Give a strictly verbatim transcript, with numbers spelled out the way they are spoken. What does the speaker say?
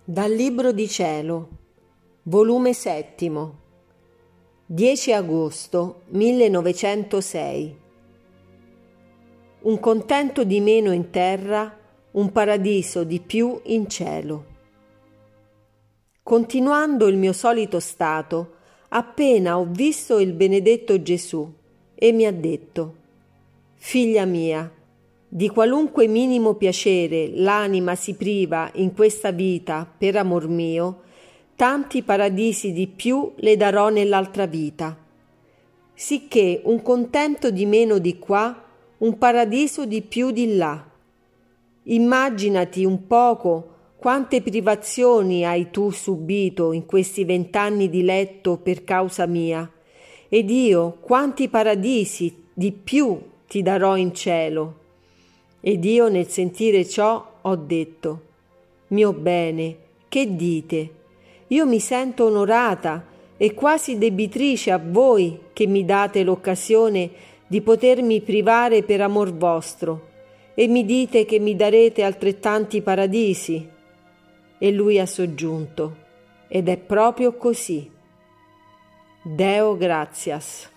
Dal Libro di Cielo, volume settimo, dieci agosto millenovecentosei. Un contento di meno in terra, un paradiso di più in cielo. Continuando il mio solito stato, appena ho visto il benedetto Gesù e mi ha detto: «Figlia mia, di qualunque minimo piacere l'anima si priva in questa vita per amor mio, tanti paradisi di più le darò nell'altra vita. Sicché un contento di meno di qua, un paradiso di più di là. Immaginati un poco quante privazioni hai tu subito in questi vent'anni di letto per causa mia, ed io quanti paradisi di più ti darò in cielo». Ed io nel sentire ciò ho detto: «Mio bene, che dite? Io mi sento onorata e quasi debitrice a voi che mi date l'occasione di potermi privare per amor vostro, e mi dite che mi darete altrettanti paradisi». E lui ha soggiunto: «Ed è proprio così. Deo gratias».